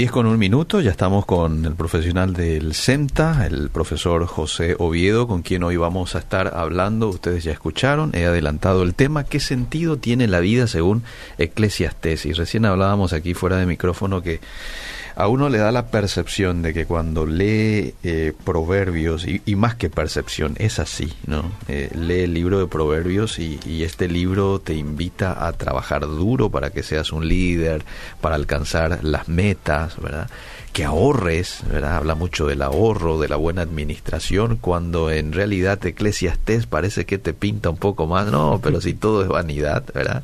10:01, ya estamos con el profesional del CEMTA, el profesor José Oviedo, con quien hoy vamos a estar hablando. Ustedes ya escucharon, he adelantado el tema, ¿qué sentido tiene la vida según Eclesiastés? Y recién hablábamos aquí fuera de micrófono que a uno le da la percepción de que cuando lee Proverbios, y más que percepción, es así, ¿no? Lee el libro de Proverbios y este libro te invita a trabajar duro para que seas un líder, para alcanzar las metas, ¿verdad? Que ahorres, ¿verdad? Habla mucho del ahorro, de la buena administración, cuando en realidad Eclesiastés parece que te pinta un poco más, no, pero si todo es vanidad, ¿verdad?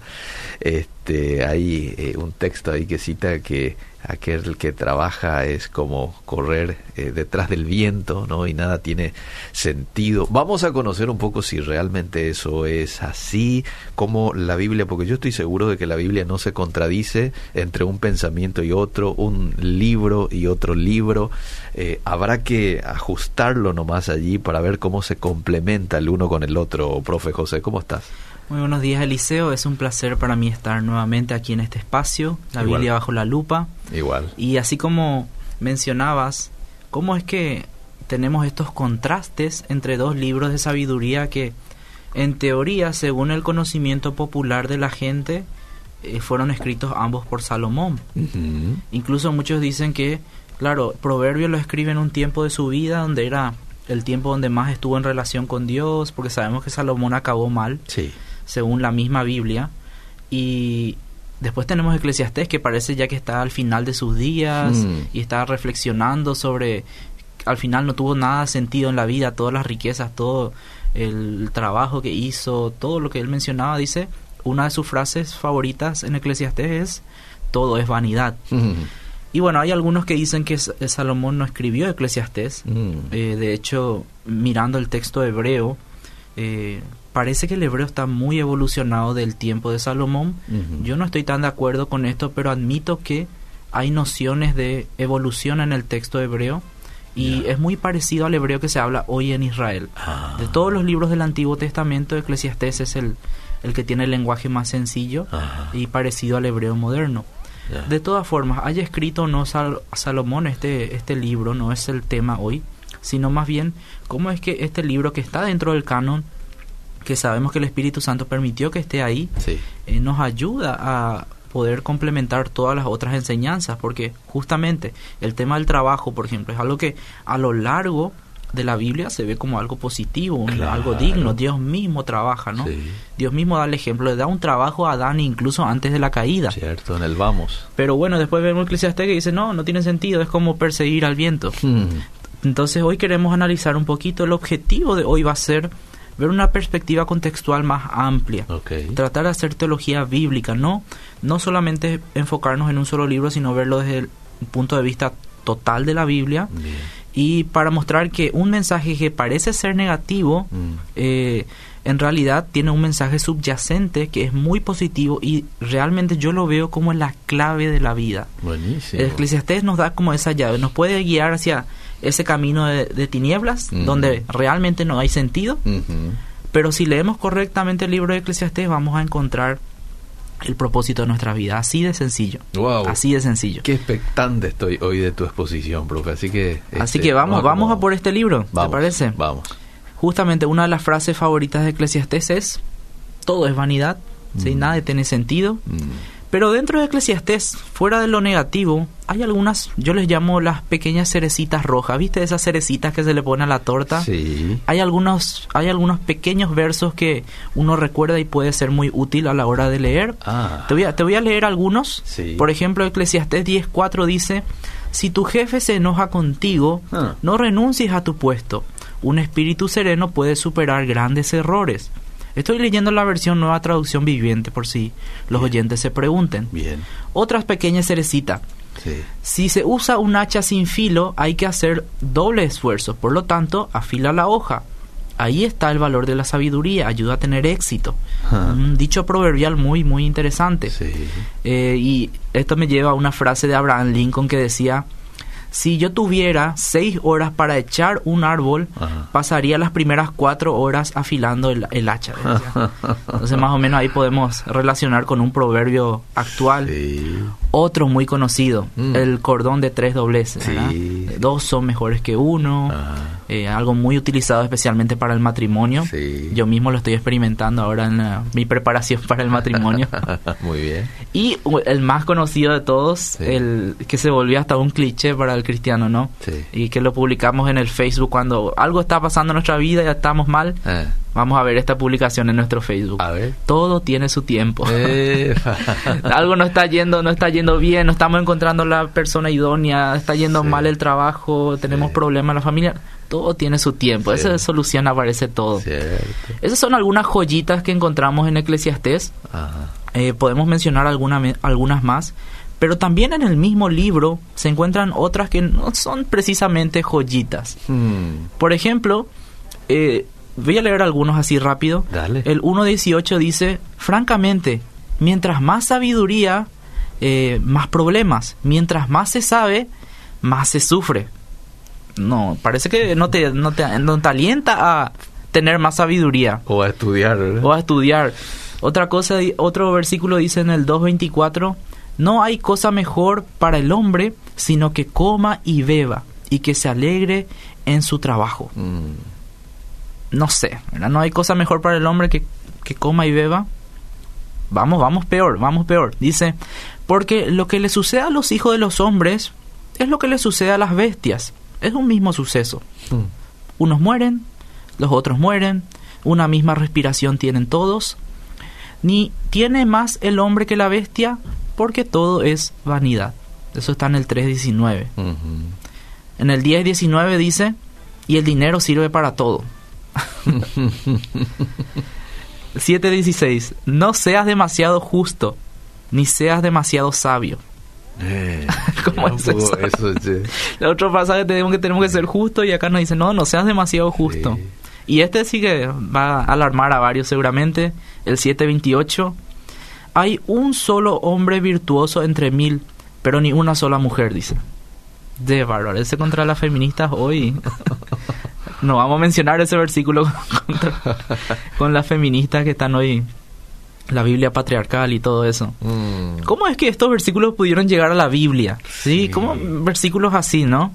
Hay un texto ahí que cita que aquel que trabaja es como correr detrás del viento, ¿no? Y nada tiene sentido. Vamos a conocer un poco si realmente eso es así, como la Biblia, porque yo estoy seguro de que la Biblia no se contradice entre un pensamiento y otro, un libro y otro libro. Habrá que ajustarlo nomás allí para ver cómo se complementa el uno con el otro. Profe José, ¿cómo estás? Muy buenos días, Eliseo. Es un placer para mí estar nuevamente aquí en este espacio, la Igual. Biblia bajo la lupa. Igual. Y así como mencionabas, ¿cómo es que tenemos estos contrastes entre dos libros de sabiduría que, en teoría, según el conocimiento popular de la gente, fueron escritos ambos por Salomón? Uh-huh. Incluso muchos dicen que, claro, Proverbios lo escribe en un tiempo de su vida donde era el tiempo donde más estuvo en relación con Dios, porque sabemos que Salomón acabó mal. Sí. Según la misma Biblia. Y después tenemos Eclesiastés, que parece ya que está al final de sus días y está reflexionando sobre, al final no tuvo nada de sentido en la vida, todas las riquezas, todo el trabajo que hizo, todo lo que él mencionaba. Dice, una de sus frases favoritas en Eclesiastés es, todo es vanidad. Y bueno, hay algunos que dicen que Salomón no escribió Eclesiastés. De hecho, mirando el texto hebreo, parece que el hebreo está muy evolucionado del tiempo de Salomón. Yo no estoy tan de acuerdo con esto, pero admito que hay nociones de evolución en el texto hebreo y es muy parecido al hebreo que se habla hoy en Israel. De todos los libros del Antiguo Testamento, Eclesiastés es el que tiene el lenguaje más sencillo y parecido al hebreo moderno. De todas formas, haya escrito o no Salomón este libro, no es el tema hoy, sino más bien cómo es que este libro que está dentro del canon, que sabemos que el Espíritu Santo permitió que esté ahí, Sí. Nos ayuda a poder complementar todas las otras enseñanzas, porque justamente el tema del trabajo, por ejemplo, es algo que a lo largo de la Biblia se ve como algo positivo, Claro. algo digno. Dios mismo trabaja, ¿no? Sí. Dios mismo da el ejemplo, le da un trabajo a Adán incluso antes de la caída. Cierto, en el vamos. Pero bueno, después vemos Eclesiastés que dice, no tiene sentido, es como perseguir al viento. Entonces hoy queremos analizar un poquito. El objetivo de hoy va a ser ver una perspectiva contextual más amplia. Okay. Tratar de hacer teología bíblica, no solamente enfocarnos en un solo libro, sino verlo desde el punto de vista total de la Biblia. Bien. Y para mostrar que un mensaje que parece ser negativo, en realidad tiene un mensaje subyacente que es muy positivo y realmente yo lo veo como la clave de la vida. Buenísimo. El Eclesiastés nos da como esa llave, nos puede guiar hacia ese camino de tinieblas, donde realmente no hay sentido, pero si leemos correctamente el libro de Eclesiastés vamos a encontrar el propósito de nuestra vida, así de sencillo. Wow. Así de sencillo. Qué expectante estoy hoy de tu exposición, profe. Así que vamos a por este libro, ¿te parece? Vamos. Justamente una de las frases favoritas de Eclesiastés es, todo es vanidad, ¿sí? Nada tiene sentido. Pero dentro de Eclesiastés, fuera de lo negativo, hay algunas, yo les llamo las pequeñas cerecitas rojas. ¿Viste esas cerecitas que se le pone a la torta? Sí. Hay algunos pequeños versos que uno recuerda y puede ser muy útil a la hora de leer. Te voy a leer algunos. Sí. Por ejemplo, Eclesiastés 10:4 dice, si tu jefe se enoja contigo, no renuncies a tu puesto. Un espíritu sereno puede superar grandes errores. Estoy leyendo la versión Nueva Traducción Viviente por si los oyentes se pregunten. Bien. Otras pequeñas cerecitas. Sí. Si se usa un hacha sin filo, hay que hacer doble esfuerzo. Por lo tanto, afila la hoja. Ahí está el valor de la sabiduría. Ayuda a tener éxito. Un dicho proverbial muy, muy interesante. Sí. Y esto me lleva a una frase de Abraham Lincoln que decía, si yo tuviera 6 horas para echar un árbol, pasaría las primeras 4 horas afilando el hacha. Entonces más o menos ahí podemos relacionar con un proverbio actual. Sí. Otro muy conocido, el cordón de 3 dobleces, ¿verdad? Sí. 2 son mejores que 1, algo muy utilizado especialmente para el matrimonio. Sí. Yo mismo lo estoy experimentando ahora en mi preparación para el matrimonio. Muy bien. Y el más conocido de todos, Sí. el que se volvió hasta un cliché para el cristiano, ¿no? Sí. Y que lo publicamos en el Facebook cuando algo está pasando en nuestra vida y ya estamos mal. Vamos a ver esta publicación en nuestro Facebook. A ver. Todo tiene su tiempo. Algo no está yendo bien, no estamos encontrando la persona idónea, está yendo Sí. mal el trabajo, tenemos Sí. problemas en la familia. Todo tiene su tiempo. Sí. Esa solución aparece todo. Cierto. Esas son algunas joyitas que encontramos en Eclesiastés. Ajá. Podemos mencionar algunas más. Pero también en el mismo libro se encuentran otras que no son precisamente joyitas. Por ejemplo, voy a leer algunos así rápido. Dale. El 1.18 dice, francamente, mientras más sabiduría, más problemas. Mientras más se sabe, más se sufre. No, parece que no te alienta a tener más sabiduría. O a estudiar, ¿verdad? O a estudiar. Otra cosa, otro versículo dice en el 2.24, no hay cosa mejor para el hombre, sino que coma y beba, y que se alegre en su trabajo. No sé, ¿verdad? No hay cosa mejor para el hombre que coma y beba. Vamos peor. Dice, porque lo que le sucede a los hijos de los hombres es lo que le sucede a las bestias. Es un mismo suceso. Unos mueren, los otros mueren, una misma respiración tienen todos. Ni tiene más el hombre que la bestia, porque todo es vanidad. Eso está en el 3.19. En el 10.19 dice, y el dinero sirve para todo. 7.16, no seas demasiado justo, ni seas demasiado sabio. ¿Cómo es eso? El otro pasaje tenemos que ser justos y acá nos dice, no seas demasiado justo. Sí. Y este sí que va a alarmar a varios seguramente. El 7.28, hay un solo hombre virtuoso entre 1000, pero ni una sola mujer, dice. De bárbaro, ese contra las feministas hoy. No vamos a mencionar ese versículo con las feministas que están hoy, la Biblia patriarcal y todo eso. ¿Cómo es que estos versículos pudieron llegar a la Biblia? Sí, ¿cómo versículos así, no?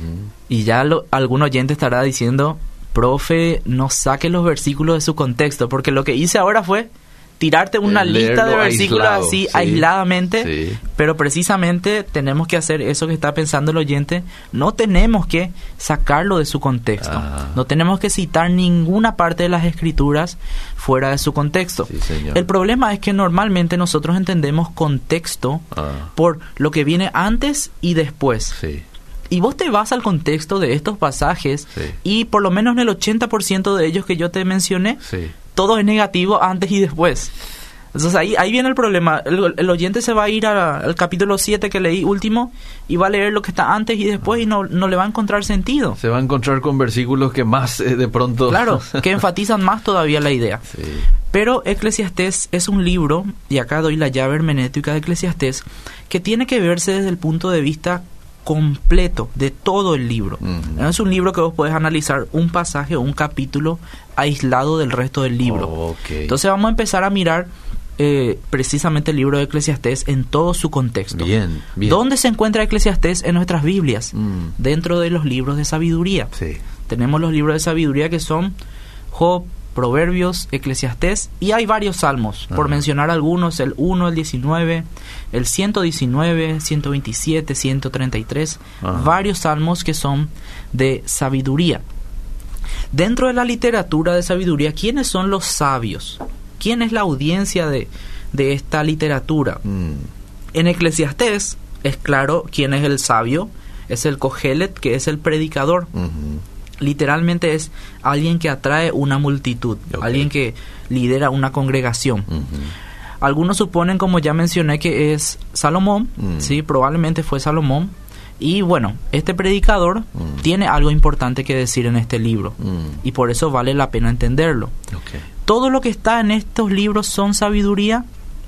Y ya algún oyente estará diciendo, profe, no saque los versículos de su contexto, porque lo que hice ahora fue tirarte una lista de versículos aislado, así, sí, aisladamente, sí. Pero precisamente tenemos que hacer eso que está pensando el oyente, no tenemos que sacarlo de su contexto, no tenemos que citar ninguna parte de las escrituras fuera de su contexto. Sí, señor. El problema es que normalmente nosotros entendemos contexto por lo que viene antes y después. Sí. Y vos te vas al contexto de estos pasajes, sí. Y por lo menos en el 80% de ellos que yo te mencioné, sí. Todo es negativo antes y después. Entonces ahí viene el problema. El oyente se va a ir al capítulo 7 que leí último y va a leer lo que está antes y después y no le va a encontrar sentido. Se va a encontrar con versículos que más de pronto... Claro, que enfatizan más todavía la idea. Sí. Pero Eclesiastés es un libro, y acá doy la llave hermenéutica de Eclesiastés, que tiene que verse desde el punto de vista completo de todo el libro. No es un libro que vos podés analizar un pasaje o un capítulo aislado del resto del libro. Okay. Entonces vamos a empezar a mirar precisamente el libro de Eclesiastés en todo su contexto. Bien. ¿Dónde se encuentra Eclesiastés en nuestras Biblias? Dentro de los libros de sabiduría. Sí. Tenemos los libros de sabiduría que son Job, Proverbios, Eclesiastés, y hay varios salmos, por mencionar algunos, el 1, el 19, el 119, 127, 133, varios salmos que son de sabiduría. Dentro de la literatura de sabiduría, ¿quiénes son los sabios? ¿Quién es la audiencia de esta literatura? En Eclesiastés es claro quién es el sabio, es el Cogelet, que es el predicador. Literalmente es alguien que atrae una multitud, alguien que lidera una congregación. Algunos suponen, como ya mencioné, que es Salomón, sí, probablemente fue Salomón. Y bueno, este predicador tiene algo importante que decir en este libro, y por eso vale la pena entenderlo. ¿Todo lo que está en estos libros son sabiduría?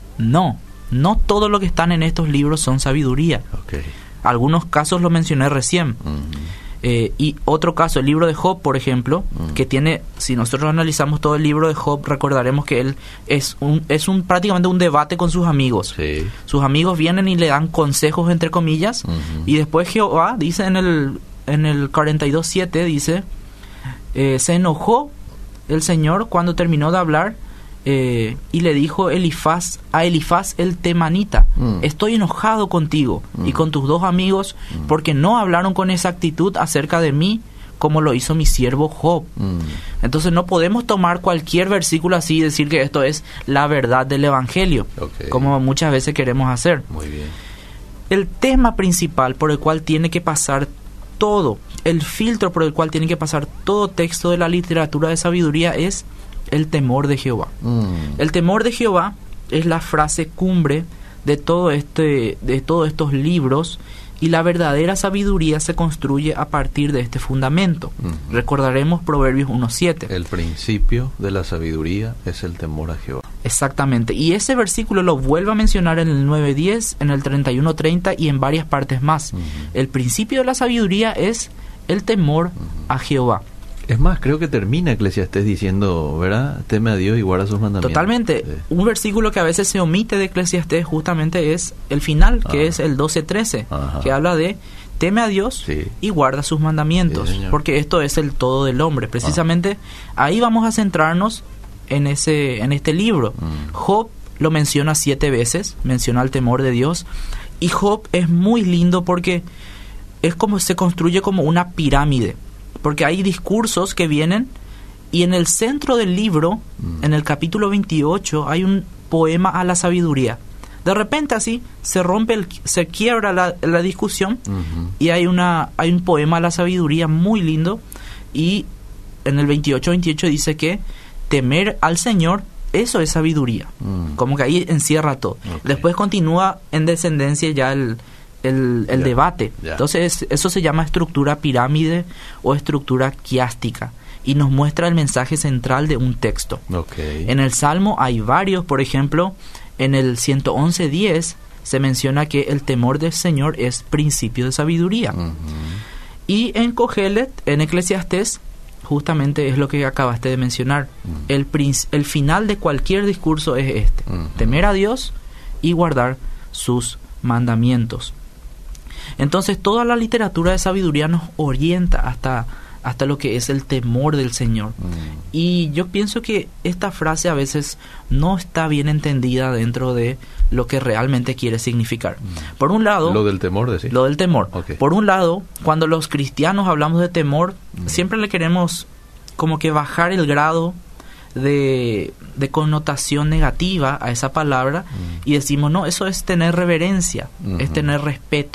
No todo lo que están en estos libros son sabiduría. Algunos casos lo mencioné recién. Y otro caso, el libro de Job, por ejemplo, que tiene, si nosotros analizamos todo el libro de Job, recordaremos que él es prácticamente un debate con sus amigos. Sí. Sus amigos vienen y le dan consejos, entre comillas, y después Jehová dice en el 42:7, dice, se enojó el Señor cuando terminó de hablar, y le dijo a Elifaz el temanita, estoy enojado contigo y con tus dos amigos porque no hablaron con exactitud acerca de mí como lo hizo mi siervo Job. Entonces no podemos tomar cualquier versículo así y decir que esto es la verdad del Evangelio, como muchas veces queremos hacer. Muy bien. El tema principal por el cual tiene que pasar todo, el filtro por el cual tiene que pasar todo texto de la literatura de sabiduría es el temor de Jehová. El temor de Jehová es la frase cumbre de todos estos libros, y la verdadera sabiduría se construye a partir de este fundamento. Recordaremos Proverbios 1:7. El principio de la sabiduría es el temor a Jehová. Exactamente. Y ese versículo lo vuelve a mencionar en el 9:10, en el 31:30 y en varias partes más. El principio de la sabiduría es el temor a Jehová. Es más, creo que termina Eclesiastés diciendo, ¿verdad? Teme a Dios y guarda sus mandamientos. Totalmente. Sí. Un versículo que a veces se omite de Eclesiastés justamente es el final, que es el 12:13, que habla de teme a Dios y guarda sus mandamientos, porque esto es el todo del hombre. Precisamente ahí vamos a centrarnos en este libro. Job lo menciona 7 veces, menciona el temor de Dios, y Job es muy lindo porque es como se construye como una pirámide, porque hay discursos que vienen y en el centro del libro, en el capítulo 28, hay un poema a la sabiduría. De repente así se quiebra la discusión y hay un poema a la sabiduría muy lindo, y en el 28 dice que temer al Señor, eso es sabiduría. Como que ahí encierra todo. Después continúa en descendencia ya el debate. Entonces eso se llama estructura pirámide o estructura quiástica, y nos muestra el mensaje central de un texto. En el Salmo hay varios, por ejemplo, en el 111:10 se menciona que el temor del Señor es principio de sabiduría. Y en Cogelet, en Eclesiastés, justamente es lo que acabaste de mencionar. El final de cualquier discurso es este: temer a Dios y guardar sus mandamientos. Entonces toda la literatura de sabiduría nos orienta hasta lo que es el temor del Señor. Y yo pienso que esta frase a veces no está bien entendida dentro de lo que realmente quiere significar. Por un lado, lo del temor, decís. Lo del temor. Por un lado, cuando los cristianos hablamos de temor, siempre le queremos como que bajar el grado de connotación negativa a esa palabra, y decimos, no, eso es tener reverencia, es tener respeto,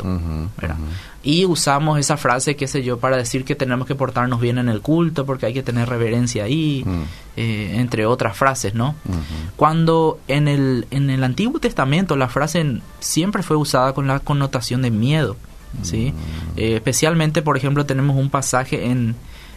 y usamos esa frase, qué sé yo, para decir que tenemos que portarnos bien en el culto porque hay que tener reverencia ahí, entre otras frases, ¿no? Cuando en el Antiguo Testamento la frase siempre fue usada con la connotación de miedo, ¿sí? Especialmente, por ejemplo, tenemos un pasaje en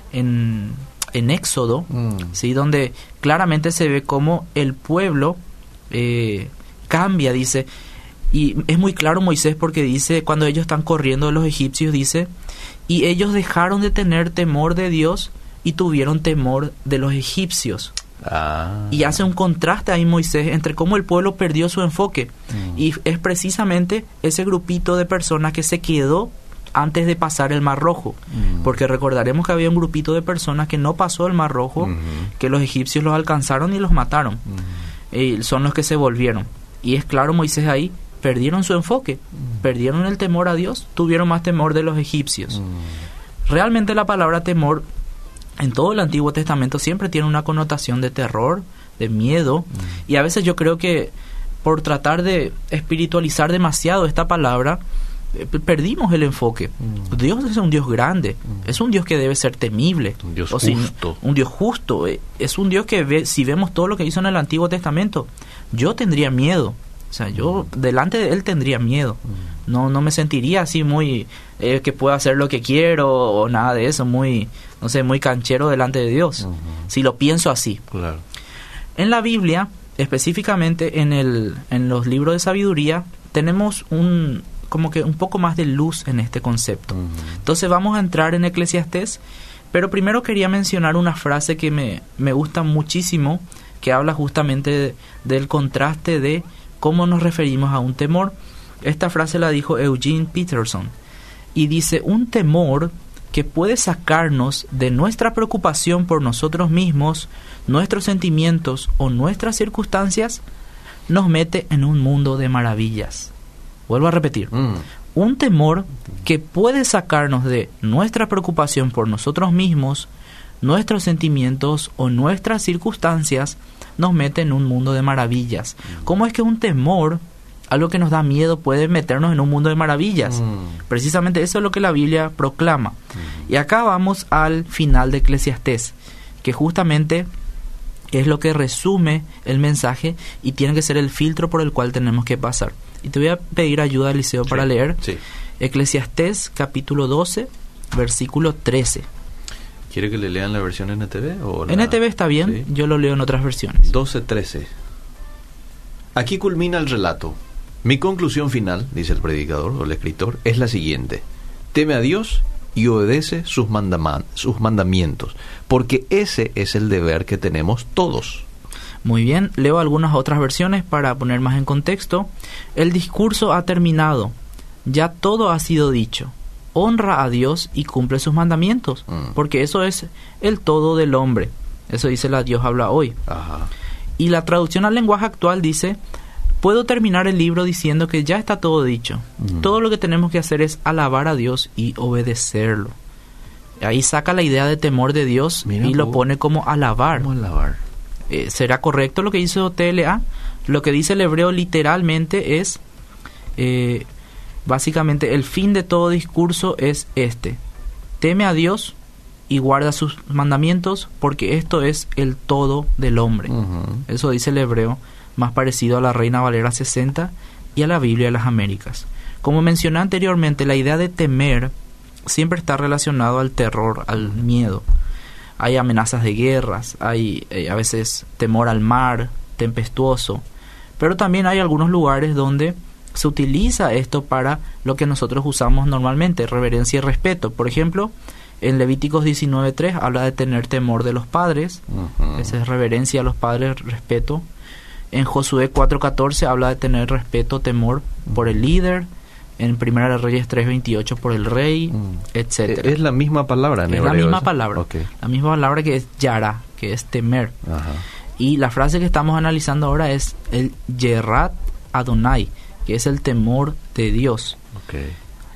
Éxodo, ¿sí? Donde claramente se ve cómo el pueblo cambia, dice, y es muy claro Moisés porque dice, cuando ellos están corriendo de los egipcios, dice, y ellos dejaron de tener temor de Dios y tuvieron temor de los egipcios. Y hace un contraste ahí Moisés entre cómo el pueblo perdió su enfoque, y es precisamente ese grupito de personas que se quedó antes de pasar el Mar Rojo, porque recordaremos que había un grupito de personas que no pasó el Mar Rojo, que los egipcios los alcanzaron y los mataron, y son los que se volvieron, y es claro Moisés ahí, perdieron su enfoque, perdieron el temor a Dios, tuvieron más temor de los egipcios. Realmente la palabra temor en todo el Antiguo Testamento siempre tiene una connotación de terror, de miedo, y a veces yo creo que por tratar de espiritualizar demasiado esta palabra, perdimos el enfoque. Dios es un Dios grande, es un Dios que debe ser temible, un Dios justo, un Dios justo, es un Dios que si vemos todo lo que hizo en el Antiguo Testamento, yo tendría miedo, o sea, yo delante de Él tendría miedo, no me sentiría así muy que pueda hacer lo que quiero o nada de eso, muy, no sé, muy canchero delante de Dios, si lo pienso así. Claro. En la Biblia, específicamente en los libros de sabiduría, tenemos como que un poco más de luz en este concepto. Entonces vamos a entrar en Eclesiastés, pero primero quería mencionar una frase que me gusta muchísimo, que habla justamente del contraste de cómo nos referimos a un temor. Esta frase la dijo Eugene Peterson y dice: un temor que puede sacarnos de nuestra preocupación por nosotros mismos, nuestros sentimientos o nuestras circunstancias, nos mete en un mundo de maravillas. Vuelvo a repetir. Un temor que puede sacarnos de nuestra preocupación por nosotros mismos, nuestros sentimientos o nuestras circunstancias, nos mete en un mundo de maravillas. ¿Cómo es que un temor, algo que nos da miedo, puede meternos en un mundo de maravillas? Precisamente eso es lo que la Biblia proclama. Y acá vamos al final de Eclesiastés, que justamente es lo que resume el mensaje y tiene que ser el filtro por el cual tenemos que pasar. Y te voy a pedir ayuda, Eliseo, para leer Eclesiastés capítulo 12, versículo 13. ¿Quiere que le lean la versión NTV? O la... NTV está bien, yo lo leo en otras versiones. 12:13. Aquí culmina el relato. Mi conclusión final, dice el predicador o el escritor, es la siguiente: teme a Dios y obedece sus mandamientos, porque ese es el deber que tenemos todos. Muy bien, leo algunas otras versiones para poner más en contexto. El discurso ha terminado, ya todo ha sido dicho. Honra a Dios y cumple sus mandamientos, porque eso es el todo del hombre. Eso dice la Dios habla hoy. Ajá. Y la traducción al lenguaje actual dice: puedo terminar el libro diciendo que ya está todo dicho. Todo lo que tenemos que hacer es alabar a Dios y obedecerlo. Ahí saca la idea de temor de Dios. Mira, y lo pone como alabar. ¿Cómo alabar? ¿Será correcto lo que hizo TLA? Lo que dice el hebreo literalmente es, básicamente el fin de todo discurso es este: teme a Dios y guarda sus mandamientos, porque esto es el todo del hombre. Eso dice el hebreo, más parecido a la Reina Valera 60 y a la Biblia de las Américas. Como mencioné anteriormente, la idea de temer siempre está relacionado al terror, al miedo. Hay amenazas de guerras, hay a veces temor al mar, tempestuoso, pero también hay algunos lugares donde se utiliza esto para lo que nosotros usamos normalmente, reverencia y respeto. Por ejemplo, en Levíticos 19:3 habla de tener temor de los padres. Esa es reverencia a los padres, respeto. En Josué 4:14 habla de tener respeto, temor por el líder. En Primera de Reyes 3:28 por el rey, etcétera. Es la misma palabra en hebreo. Es la misma palabra. Okay. La misma palabra que es yara, que es temer. Y la frase que estamos analizando ahora es el Yerat Adonai, que es el temor de Dios. Okay.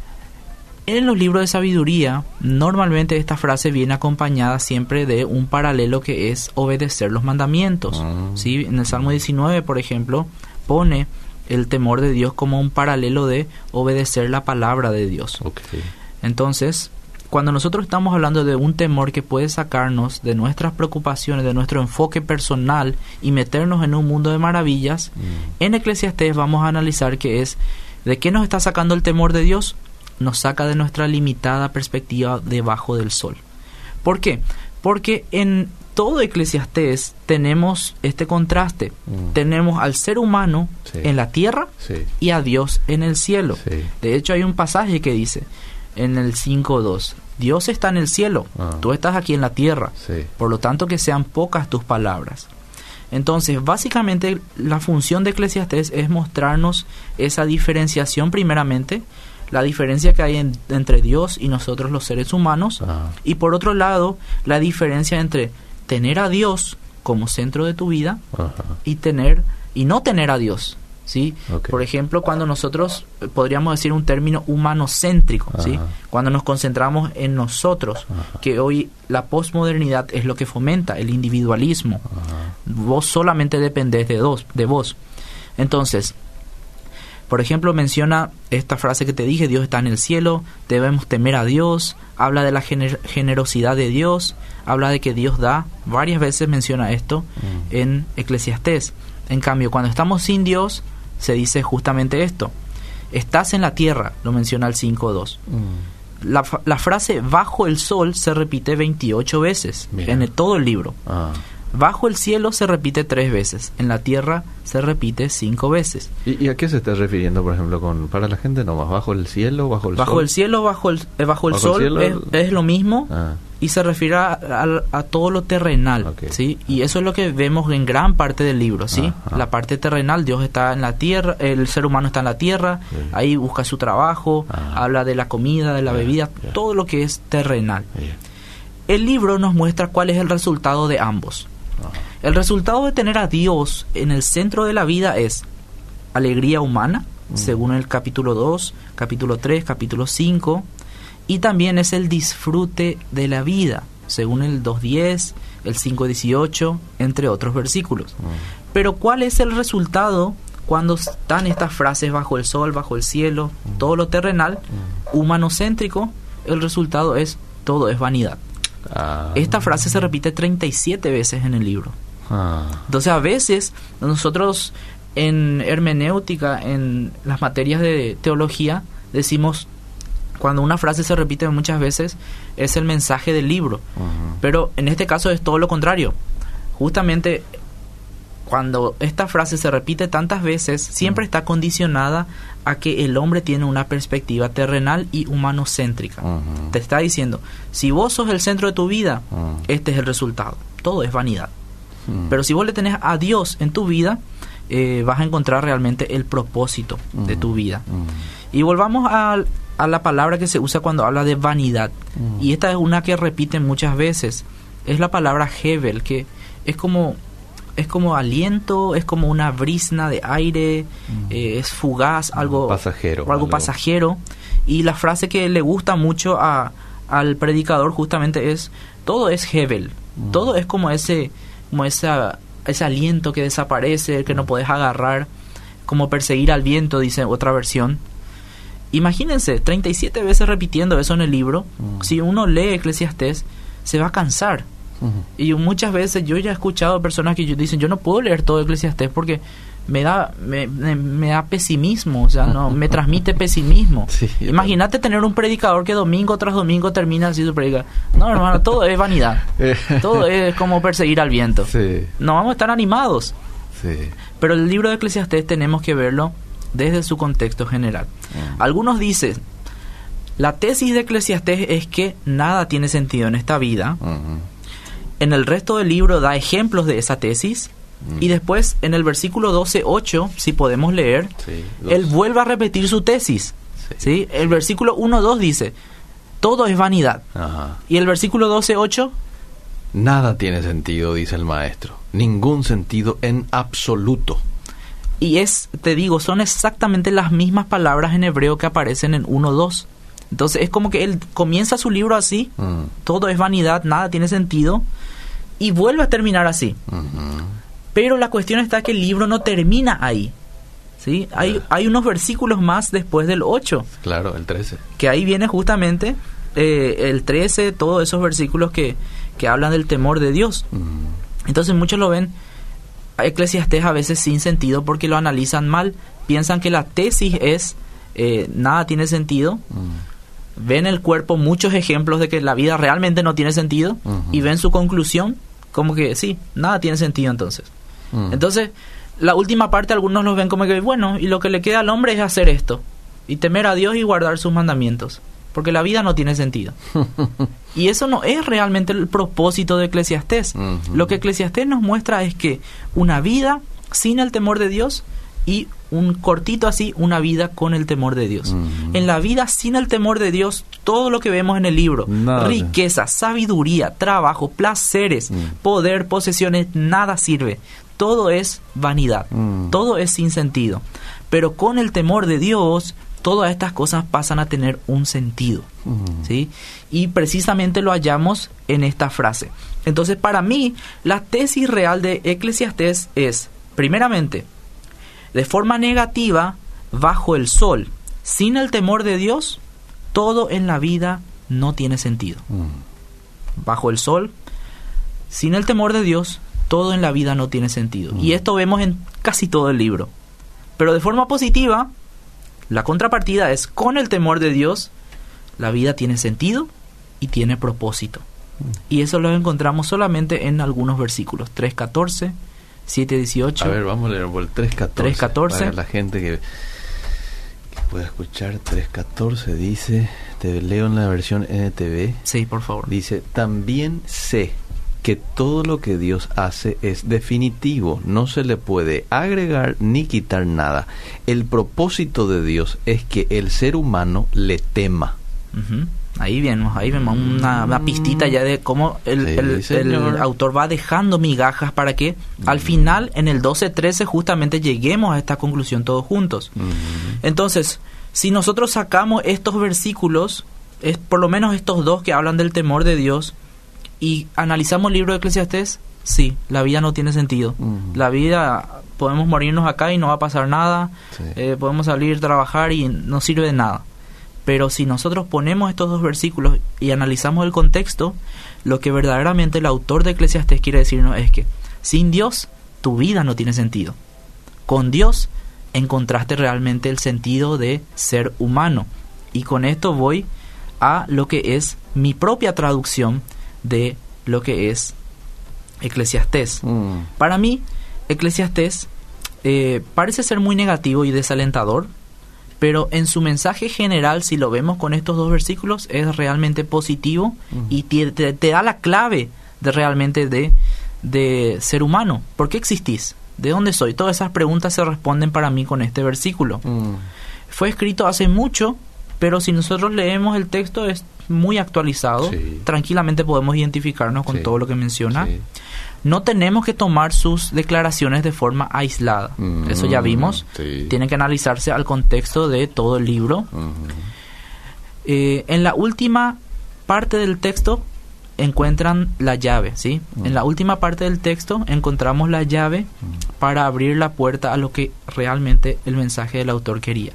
En los libros de sabiduría, normalmente esta frase viene acompañada siempre de un paralelo que es obedecer los mandamientos. ¿Sí? En el Salmo 19, por ejemplo, pone el temor de Dios como un paralelo de obedecer la palabra de Dios. Okay. Entonces, cuando nosotros estamos hablando de un temor que puede sacarnos de nuestras preocupaciones, de nuestro enfoque personal y meternos en un mundo de maravillas, en Eclesiastés vamos a analizar que es, ¿de qué nos está sacando el temor de Dios? Nos saca de nuestra limitada perspectiva debajo del sol. ¿Por qué? Porque en todo Eclesiastés tenemos este contraste. Tenemos al ser humano en la tierra y a Dios en el cielo. De hecho, hay un pasaje que dice en el 5:2: Dios está en el cielo, tú estás aquí en la tierra, por lo tanto que sean pocas tus palabras. Entonces, básicamente, la función de Eclesiastés es mostrarnos esa diferenciación, primeramente, la diferencia que hay entre Dios y nosotros los seres humanos, y por otro lado, la diferencia entre tener a Dios como centro de tu vida y no tener a Dios, ¿sí? Okay. Por ejemplo, cuando nosotros, podríamos decir un término humanocéntrico, ¿sí? Cuando nos concentramos en nosotros, que hoy la posmodernidad es lo que fomenta, el individualismo. Vos solamente dependés de vos. Entonces, por ejemplo, menciona esta frase que te dije: Dios está en el cielo, debemos temer a Dios. Habla de la generosidad de Dios, habla de que Dios da. Varias veces menciona esto en Eclesiastés. En cambio, cuando estamos sin Dios, se dice justamente esto: estás en la tierra, lo menciona el 5:2. La frase bajo el sol se repite 28 veces en todo el libro. Bajo el cielo se repite 3 veces, en la tierra se repite 5 veces. ¿Y a qué se está refiriendo, por ejemplo, para la gente nomás? ¿Bajo el cielo, bajo el sol? Bajo el cielo, bajo el sol es lo mismo, y se refiere a todo lo terrenal, okay. ¿Sí? Y eso es lo que vemos en gran parte del libro, ¿sí? La parte terrenal, Dios está en la tierra, el ser humano está en la tierra, sí. Ahí busca su trabajo, habla de la comida, de la bebida, todo lo que es terrenal. El libro nos muestra cuál es el resultado de ambos. El resultado de tener a Dios en el centro de la vida es alegría humana, según el capítulo 2, capítulo 3, capítulo 5, y también es el disfrute de la vida, según el 2.10, el 5.18, entre otros versículos. Pero ¿cuál es el resultado cuando están estas frases bajo el sol, bajo el cielo, todo lo terrenal, humanocéntrico? El resultado es todo es vanidad. Esta frase se repite 37 veces en el libro. Entonces a veces nosotros en hermenéutica, en las materias de teología, decimos, cuando una frase se repite muchas veces, es el mensaje del libro. Pero en este caso es todo lo contrario. Justamente cuando esta frase se repite tantas veces, siempre está condicionada a que el hombre tiene una perspectiva terrenal y humanocéntrica. Te está diciendo, si vos sos el centro de tu vida, este es el resultado. Todo es vanidad. Pero si vos le tenés a Dios en tu vida, vas a encontrar realmente el propósito de tu vida. Y volvamos a la palabra que se usa cuando habla de vanidad. Y esta es una que repiten muchas veces. Es la palabra Hebel, que es como aliento, es como una brisna de aire, es fugaz, algo pasajero. Y la frase que le gusta mucho al predicador justamente es, todo es Hebel, todo es como ese aliento que desaparece, que no podés agarrar, como perseguir al viento, dice otra versión. Imagínense, 37 veces repitiendo eso en el libro. Si uno lee Eclesiastés, se va a cansar. Y muchas veces yo ya he escuchado personas que dicen, yo no puedo leer todo Eclesiastés porque me da pesimismo, o sea, no me transmite pesimismo. Sí, imagínate tener un predicador que domingo tras domingo termina así su predica. No, hermano, todo es vanidad. Todo es como perseguir al viento. Sí. No vamos a estar animados. Sí. Pero el libro de Eclesiastés tenemos que verlo desde su contexto general. Algunos dicen, la tesis de Eclesiastés es que nada tiene sentido en esta vida. En el resto del libro da ejemplos de esa tesis. Y después, en el versículo 12:8, si podemos leer, él vuelve a repetir su tesis. ¿Sí? El versículo 1:2 dice, todo es vanidad. Y el versículo 12:8, nada tiene sentido, dice el maestro. Ningún sentido en absoluto. Y te digo, son exactamente las mismas palabras en hebreo que aparecen en 1:2. Entonces es como que él comienza su libro así, todo es vanidad, nada tiene sentido, y vuelve a terminar así. Pero la cuestión está que el libro no termina ahí. ¿Sí? Hay unos versículos más después del 8. Claro, el 13. Que ahí viene justamente el 13, todos esos versículos que hablan del temor de Dios. Entonces muchos lo ven a Eclesiastés a veces sin sentido porque lo analizan mal. Piensan que la tesis es nada tiene sentido. Ven el cuerpo muchos ejemplos de que la vida realmente no tiene sentido. Y ven su conclusión como que sí, nada tiene sentido entonces. Entonces, la última parte algunos los ven como que, bueno, y lo que le queda al hombre es hacer esto, y temer a Dios y guardar sus mandamientos, porque la vida no tiene sentido. Y eso no es realmente el propósito de Eclesiastés. Lo que Eclesiastés nos muestra es que una vida sin el temor de Dios y un cortito así, una vida con el temor de Dios. En la vida sin el temor de Dios, todo lo que vemos en el libro, riqueza, sabiduría, trabajo, placeres, poder, posesiones, nada sirve. Todo es vanidad, todo es sin sentido. Pero con el temor de Dios, todas estas cosas pasan a tener un sentido. ¿Sí? Y precisamente lo hallamos en esta frase. Entonces, para mí, la tesis real de Eclesiastés es, primeramente, de forma negativa, bajo el sol, sin el temor de Dios, todo en la vida no tiene sentido. Bajo el sol, sin el temor de Dios, todo en la vida no tiene sentido. Y esto vemos en casi todo el libro. Pero de forma positiva, la contrapartida es, con el temor de Dios, la vida tiene sentido y tiene propósito. Y eso lo encontramos solamente en algunos versículos. 3.14, 7.18. A ver, vamos a leer por el 3.14. 3.14. Para la gente que pueda escuchar. 3.14 dice, te leo en la versión NTV. Sí, por favor. Dice, también sé que todo lo que Dios hace es definitivo, no se le puede agregar ni quitar nada. El propósito de Dios es que el ser humano le tema. Uh-huh. Ahí vemos una pistita ya de cómo el autor va dejando migajas para que al final, en el 12:13, justamente lleguemos a esta conclusión todos juntos. Entonces, si nosotros sacamos estos versículos, es por lo menos estos dos que hablan del temor de Dios, y analizamos el libro de Eclesiastés, sí, la vida no tiene sentido. La vida, podemos morirnos acá y no va a pasar nada. Podemos salir a trabajar y no sirve de nada. Pero si nosotros ponemos estos dos versículos y analizamos el contexto, lo que verdaderamente el autor de Eclesiastés quiere decirnos es que sin Dios tu vida no tiene sentido. Con Dios encontraste realmente el sentido de ser humano. Y con esto voy a lo que es mi propia traducción de lo que es Eclesiastés. Para mí, Eclesiastés parece ser muy negativo y desalentador, pero en su mensaje general, si lo vemos con estos dos versículos, es realmente positivo y te da la clave de realmente de ser humano. ¿Por qué existís? ¿De dónde soy? Todas esas preguntas se responden para mí con este versículo. Fue escrito hace mucho, pero si nosotros leemos el texto es muy actualizado. Sí. Tranquilamente podemos identificarnos con todo lo que menciona. Sí. No tenemos que tomar sus declaraciones de forma aislada. Eso ya vimos. Sí. Tienen que analizarse al contexto de todo el libro. En la última parte del texto encuentran la llave, ¿sí? En la última parte del texto encontramos la llave para abrir la puerta a lo que realmente el mensaje del autor quería.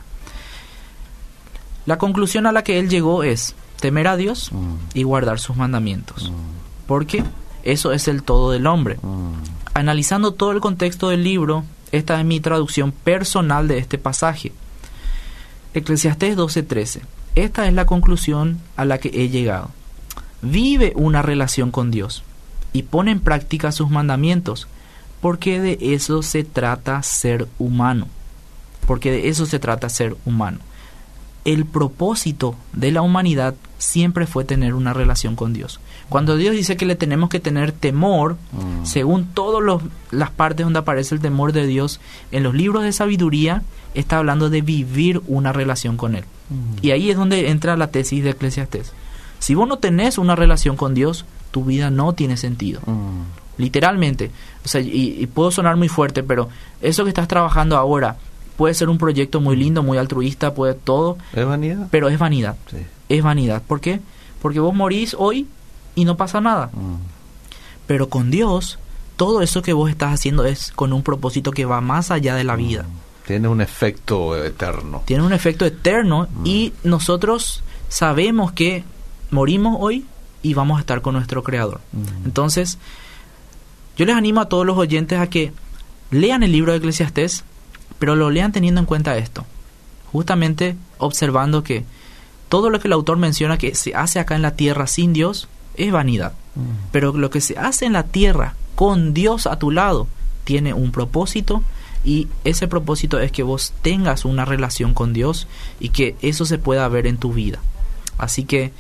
La conclusión a la que él llegó es temer a Dios y guardar sus mandamientos. Porque eso es el todo del hombre. Analizando todo el contexto del libro, esta es mi traducción personal de este pasaje. Eclesiastés 12:13. Esta es la conclusión a la que he llegado. Vive una relación con Dios y pone en práctica sus mandamientos, porque de eso se trata ser humano. Porque de eso se trata ser humano. El propósito de la humanidad siempre fue tener una relación con Dios. Cuando Dios dice que le tenemos que tener temor, según todas las partes donde aparece el temor de Dios, en los libros de sabiduría, está hablando de vivir una relación con Él. Y ahí es donde entra la tesis de Eclesiastés. Si vos no tenés una relación con Dios, tu vida no tiene sentido. Literalmente. O sea, y puedo sonar muy fuerte, pero eso que estás trabajando ahora puede ser un proyecto muy lindo, muy altruista, puede todo. ¿Es vanidad? Pero es vanidad. Sí. Es vanidad. ¿Por qué? Porque vos morís hoy y no pasa nada. Pero con Dios, todo eso que vos estás haciendo es con un propósito que va más allá de la vida. Tiene un efecto eterno. Tiene un efecto eterno y nosotros sabemos que morimos hoy y vamos a estar con nuestro Creador. Entonces, yo les animo a todos los oyentes a que lean el libro de Eclesiastés, pero lo lean teniendo en cuenta esto. Justamente observando que todo lo que el autor menciona que se hace acá en la tierra sin Dios es vanidad. Pero lo que se hace en la tierra con Dios a tu lado tiene un propósito, y ese propósito es que vos tengas una relación con Dios y que eso se pueda ver en tu vida. Así que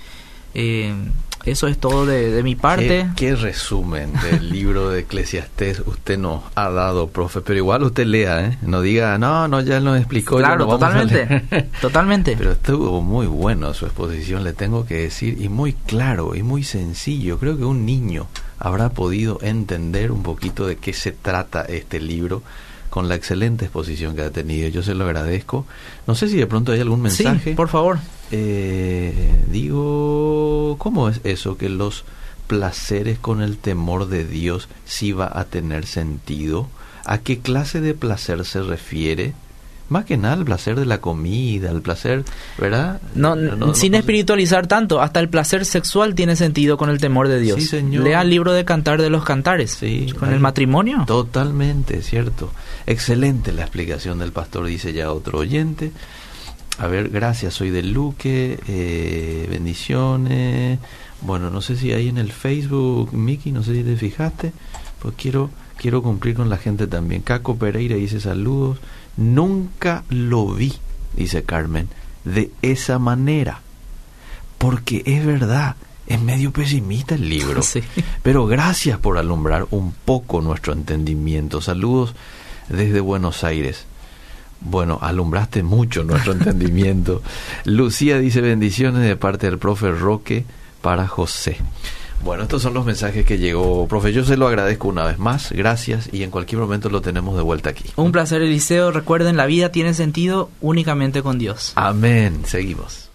eso es todo de mi parte. ¿Qué resumen del libro de Eclesiastés usted nos ha dado, profe? Pero igual usted lea, no diga, no, ya nos explicó. Claro, no totalmente. Pero estuvo muy bueno su exposición, le tengo que decir, y muy claro y muy sencillo. Creo que un niño habrá podido entender un poquito de qué se trata este libro con la excelente exposición que ha tenido. Yo se lo agradezco. No sé si de pronto hay algún mensaje. Sí, por favor. Digo, ¿cómo es eso que los placeres con el temor de Dios sí va a tener sentido? ¿A qué clase de placer se refiere? Más que nada el placer de la comida, el placer, ¿verdad? Sin espiritualizar tanto, hasta el placer sexual tiene sentido con el temor de Dios. Sí, señor. Lea el libro de Cantar de los Cantares. Sí, con el matrimonio. Totalmente, cierto. Excelente la explicación del pastor, dice ya otro oyente. A ver, gracias, soy de Luque, bendiciones. Bueno, no sé si ahí en el Facebook, Miki, no sé si te fijaste, pues quiero cumplir con la gente también. Caco Pereira dice saludos. Nunca lo vi, dice Carmen, de esa manera. Porque es verdad, es medio pesimista el libro. Sí. Pero gracias por alumbrar un poco nuestro entendimiento. Saludos desde Buenos Aires. Bueno, alumbraste mucho nuestro entendimiento. Lucía dice bendiciones de parte del profe Roque para José. Bueno, estos son los mensajes que llegó. Profe, yo se lo agradezco una vez más. Gracias, y en cualquier momento lo tenemos de vuelta aquí. Un placer, Eliseo. Recuerden, la vida tiene sentido únicamente con Dios. Amén. Seguimos.